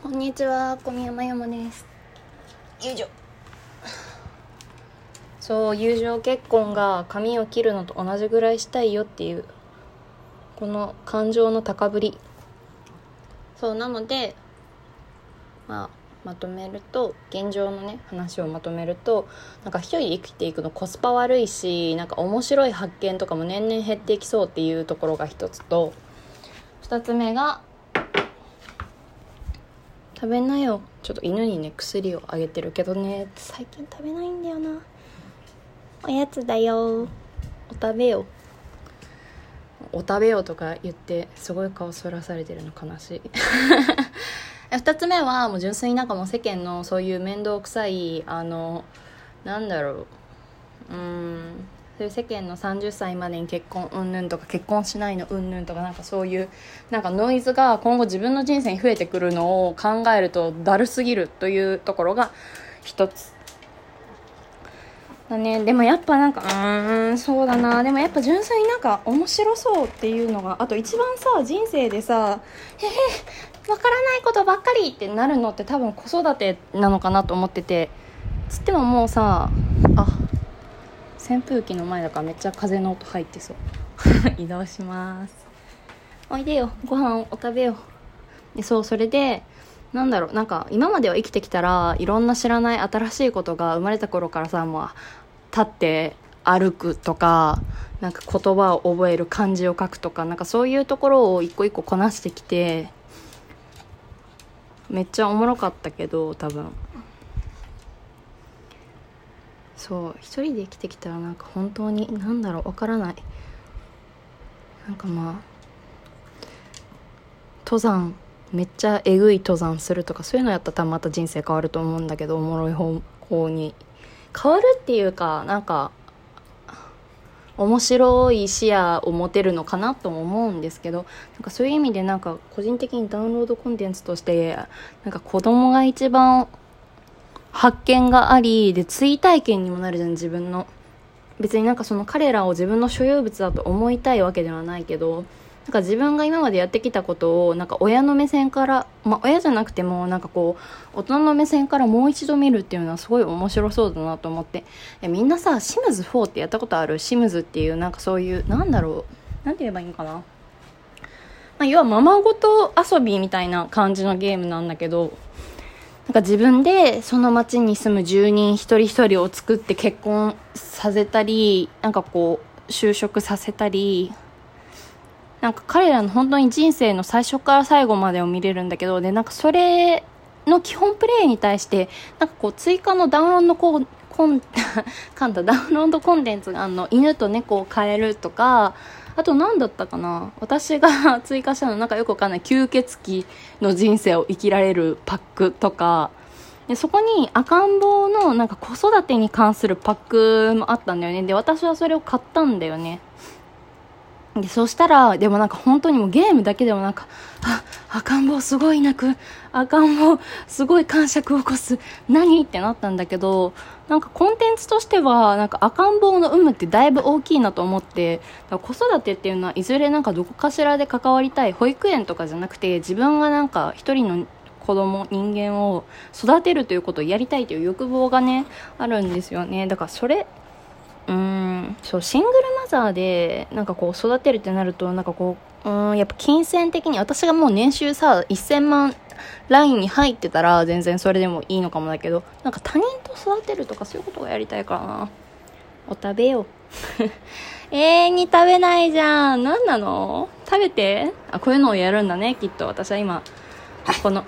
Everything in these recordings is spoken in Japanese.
こんにちは、小宮山山です。友情。そう、友情結婚が髪を切るのと同じぐらいしたいよっていうこの感情の高ぶり。そうなので、まとめると、現状のね話をまとめると、なんか一人で生きていくのコスパ悪いし、なんか面白い発見とかも年々減っていきそうっていうところが一つと、二つ目が食べなよ。ちょっと犬にね薬をあげてるけどね、最近食べないんだよな。おやつだよ、お食べよ、お食べよとか言ってすごい顔そらされてるの悲しい二つ目はもう純粋になんかもう世間のそういう面倒くさいなんだろう、そういう世間の30歳までに結婚うんぬんとか結婚しないのうんぬんとか、なんかそういうなんかノイズが今後自分の人生に増えてくるのを考えるとだるすぎるというところが一つだね。でもやっぱなんかそうだな、でもやっぱ純粋になんか面白そうっていうのが、あと一番さ、人生でさわからないことばっかりってなるのって多分子育てなのかなと思ってて、つってももうさ、扇風機の前だからめっちゃ風の音入ってそう移動します。おいでよ、ご飯をお食べよう。で、そう、それでなんだろう、なんか今までは生きてきたらいろんな知らない新しいことが生まれた頃からさ、もう立って歩くとか、なんか言葉を覚える、漢字を書くとか、なんかそういうところを一個一個こなしてきて、めっちゃおもろかったけど、多分そう一人で生きてきたらなんか本当になんだろう、わからない。なんか登山めっちゃえぐい登山するとか、そういうのやったらまた人生変わると思うんだけど、おもろい方向に変わるっていうか、なんか面白い視野を持てるのかなとも思うんですけど、なんかそういう意味でなんか個人的にダウンロードコンテンツとして、なんか子供が一番発見がありで追体験にもなるじゃん、自分の。別になんかその彼らを自分の所有物だと思いたいわけではないけど、なんか自分が今までやってきたことをなんか親の目線から、親じゃなくてもなんかこう大人の目線からもう一度見るっていうのはすごい面白そうだなと思って。みんなさ、シムズ4ってやったことある？シムズっていうなんかそういう、なんだろう、なんて言えばいいのかな、要はままごと遊びみたいな感じのゲームなんだけど、なんか自分でその町に住む住人一人一人を作って結婚させたり、なんかこう就職させたり、なんか彼らの本当に人生の最初から最後までを見れるんだけど、でなんかそれの基本プレイに対してなんかこう追加のダウンロードダウンロードコンテンツが犬と猫を飼えるとか、あと何だったかな、私が追加したのなんかよくわかんない吸血鬼の人生を生きられるパックとかで、そこに赤ん坊のなんか子育てに関するパックもあったんだよね。で私はそれを買ったんだよね。でそしたらでもなんか本当にもうゲームだけでもなんか、赤ん坊すごい泣く、赤ん坊すごい感触を起こす、何ってなったんだけど、なんかコンテンツとしてはなんか赤ん坊の有無ってだいぶ大きいなと思って、だから子育てっていうのはいずれなんかどこかしらで関わりたい、保育園とかじゃなくて自分がなんか一人の子供人間を育てるということをやりたいという欲望がねあるんですよね。だからそれそうシングルマザーでなんかこう育てるってなると、なんかこうやっぱ金銭的に私がもう年収さ1000万ラインに入ってたら全然それでもいいのかもだけど、なんか他人と育てるとかそういうことがやりたいからな。お食べよう永遠に食べないじゃん、何なの、食べて。こういうのをやるんだねきっと。私は今この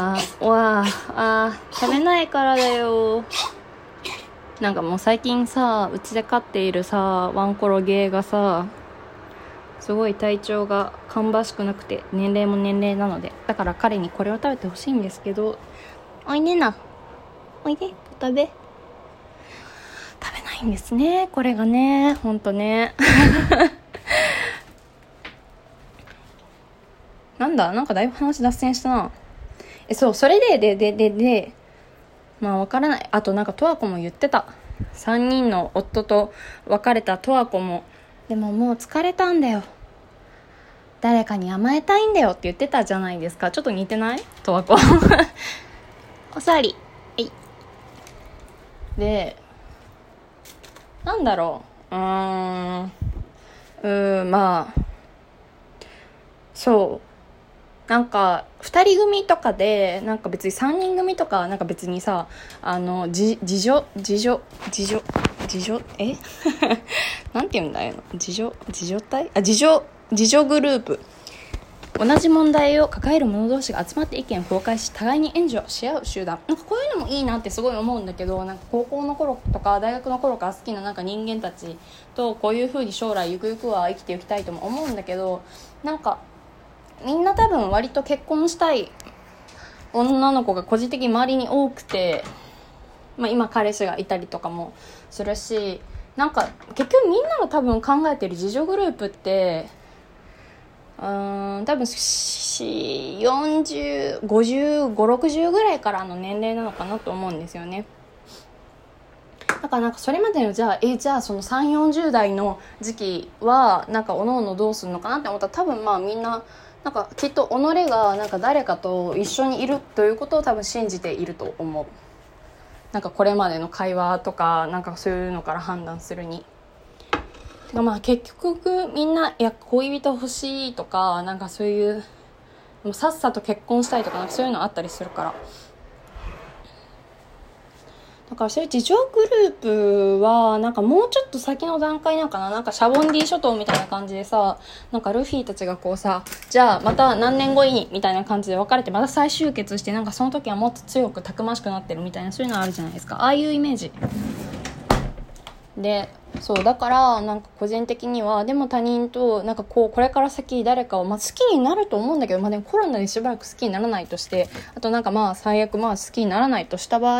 食べないからだよ。なんかもう最近さ、うちで飼っているさワンコロゲーがさ、すごい体調が芳しくなくて、年齢も年齢なので、だから彼にこれを食べてほしいんですけど、おいでな、おいで、食べないんですね、これがね、ほんとねなんかだいぶ話脱線したな。そうそれでわからない。あとなんか十和子も言ってた、3人の夫と別れた十和子も、でももう疲れたんだよ、 誰かに甘えたいんだよって言ってたじゃないですか。ちょっと似てない？とわこおさわり。で、なんだろう、まあそうなんか2人組とかでなんか別に3人組とかなんか別にさ自助なんて言うんだよ、自助グループ、同じ問題を抱える者同士が集まって意見を交換し互いに援助し合う集団、なんかこういうのもいいなってすごい思うんだけど、なんか高校の頃とか大学の頃から好きななんか人間たちとこういう風に将来ゆくゆくは生きていきたいとも思うんだけど、なんかみんな多分割と結婚したい女の子が個人的に周りに多くて、今彼氏がいたりとかもするし、なんか結局みんなが多分考えてる自助グループって多分40、50、60ぐらいからの年齢なのかなと思うんですよね。だからなんかそれまでのじゃあその3、40代の時期はなんかおのおのどうするのかなって思ったら、多分みんななんかきっと己がなんか誰かと一緒にいるということを多分信じていると思う。なんかこれまでの会話とかなんかそういうのから判断するに、結局みんな恋人欲しいとかなんかそういうもうさっさと結婚したいとかなんかそういうのあったりするから、だからそういう自助グループはなんかもうちょっと先の段階なんかな、なんかシャボンディ諸島みたいな感じでさ、なんかルフィたちがこうさ、じゃあまた何年後にみたいな感じで別れてまた再集結して、なんかその時はもっと強くたくましくなってるみたいな、そういうのあるじゃないですか。ああいうイメージで、そうだからなんか個人的にはでも他人となんかこれから先誰かを好きになると思うんだけど、でもコロナでしばらく好きにならないとして、あとなんか最悪好きにならないとした場合、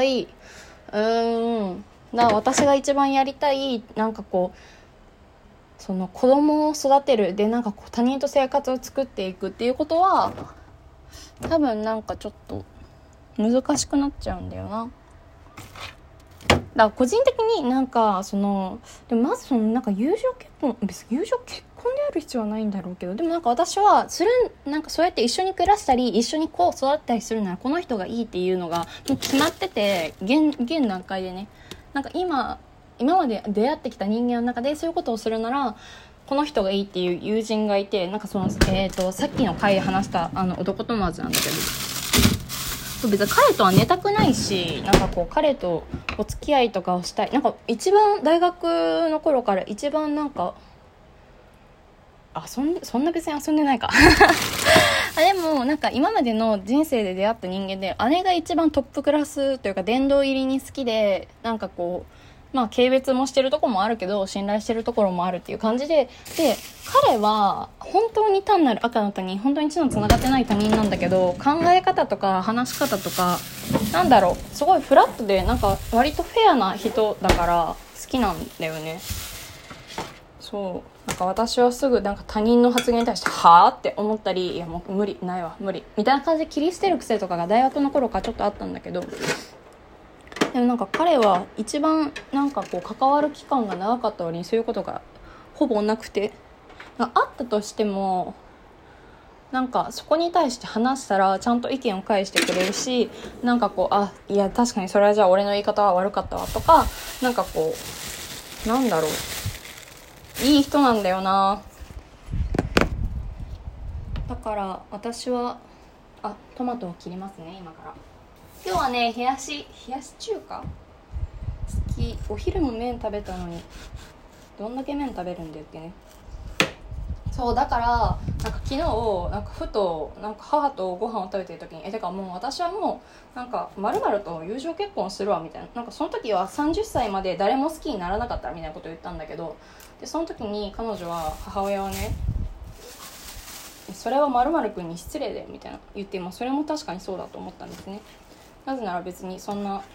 私が一番やりたいなんかその子供を育てるでなんか他人と生活を作っていくっていうことは多分なんかちょっと難しくなっちゃうんだよな。だから個人的になんかでもまずなんか友情結婚、別に友情結婚である必要はないんだろうけど、でもなんか私はなんかそうやって一緒に暮らしたり一緒に育ったりするならこの人がいいっていうのがもう決まってて、現段階でね、なんか今まで出会ってきた人間の中でそういうことをするならこの人がいいっていう友人がいて、なんかさっきの回で話した男友達なんだけど、別に彼とは寝たくないし、なんか彼とお付き合いとかをしたい、なんか一番大学の頃から一番なんかそんな別に遊んでないかでもなんか今までの人生で出会った人間で姉が一番トップクラスというか殿堂入りに好きで、なんか軽蔑もしてるところもあるけど信頼してるところもあるっていう感じで、彼は本当に単なる赤の他人、本当に血のつながってない他人なんだけど、考え方とか話し方とかなんだろう、すごいフラットでなんか割とフェアな人だから好きなんだよね。そうなんか私はすぐなんか他人の発言に対してはぁって思ったり、いやもう無理みたいな感じで切り捨てる癖とかが大学の頃からちょっとあったんだけど、でもなんか彼は一番なんか関わる期間が長かった割にそういうことがほぼなくて、あったとしてもなんかそこに対して話したらちゃんと意見を返してくれるし、なんかいや確かにそれはじゃあ俺の言い方は悪かったわとか、なんかなんだろう、いい人なんだよな。だから私はトマトを切りますね今から。今日はね冷やし中華好き。お昼も麺食べたのにどんだけ麺食べるんだよってね。そうだからなんか昨日なんかふとなんか母とご飯を食べてる時にてかもう私はもうなんか丸々と友情結婚するわみたいな、なんかその時は30歳まで誰も好きにならなかったみたいなことを言ったんだけど、でその時に母親はね、それは〇〇くんに失礼だよみたいな言って、それも確かにそうだと思ったんですね。なぜなら別にそんな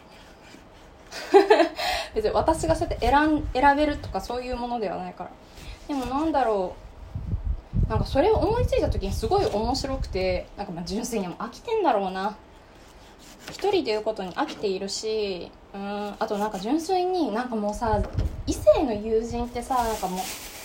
別に私がそうやって選べるとかそういうものではないから。でもなんだろう、なんかそれを思いついた時にすごい面白くて、なんか純粋にも飽きてんだろうな、一人でいることに飽きているし、あとなんか純粋になんかもうさ、異性の友人ってさ、なんかもう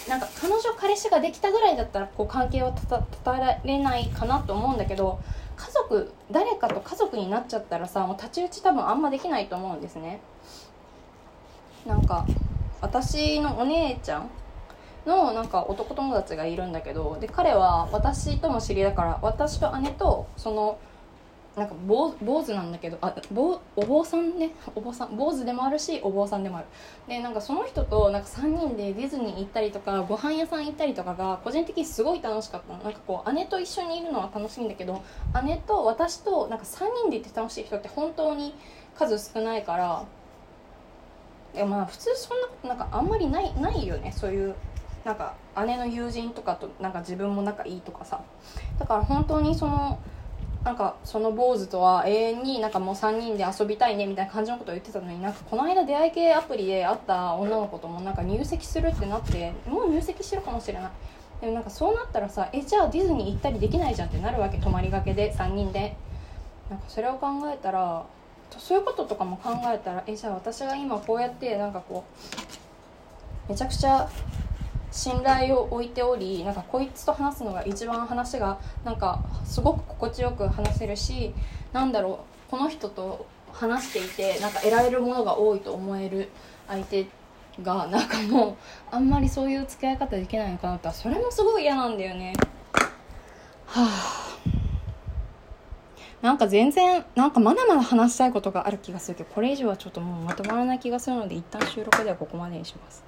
なんか彼女彼氏ができたぐらいだったらこう関係は断たれないかなと思うんだけど、誰かと家族になっちゃったらさ、もう太刀打ち多分あんまできないと思うんですね。なんか私のお姉ちゃんのなんか男友達がいるんだけど、で彼は私とも知り合いだから、私と姉とそのなんか坊主なんだけど、お坊さんね、坊主でもあるしお坊さんでもある。でなんかその人となんか3人でディズニー行ったりとかご飯屋さん行ったりとかが個人的にすごい楽しかったの。なんかこう姉と一緒にいるのは楽しいんだけど、姉と私となんか3人で行って楽しい人って本当に数少ないから、いやまあ普通そんなことなんかあんまりないよね。そういうなんか姉の友人とかとなんか自分も仲いいとかさ。だから本当になんかその坊主とは永遠になんかもう3人で遊びたいねみたいな感じのことを言ってたのに、なんかこの間出会い系アプリで会った女の子ともなんか入籍するってなって、もう入籍してるかもしれない。でもなんかそうなったらさ、じゃあディズニー行ったりできないじゃんってなるわけ。泊まりがけで3人で。なんかそれを考えたら、そういうこととかも考えたら、じゃあ私が今こうやってなんかこうめちゃくちゃ信頼を置いており、なんかこいつと話すのが一番話がなんかすごく心地よく話せるし、なんだろう、この人と話していてなんか得られるものが多いと思える相手がなんかもうあんまりそういう付き合い方できないのかなって、それもすごい嫌なんだよね。はあ、なんか全然なんかまだまだ話したいことがある気がするけど、これ以上はちょっともうまとまらない気がするので、一旦収録ではここまでにします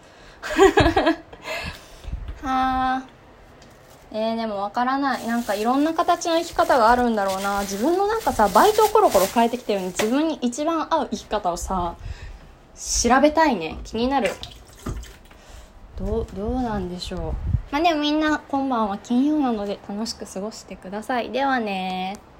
はあ、でもわからない。なんかいろんな形の生き方があるんだろうな。自分のなんかさ、バイトをコロコロ変えてきたように自分に一番合う生き方をさ調べたいね。気になる。どうなんでしょう。まあでもみんな今晩は金曜なので楽しく過ごしてください。ではね。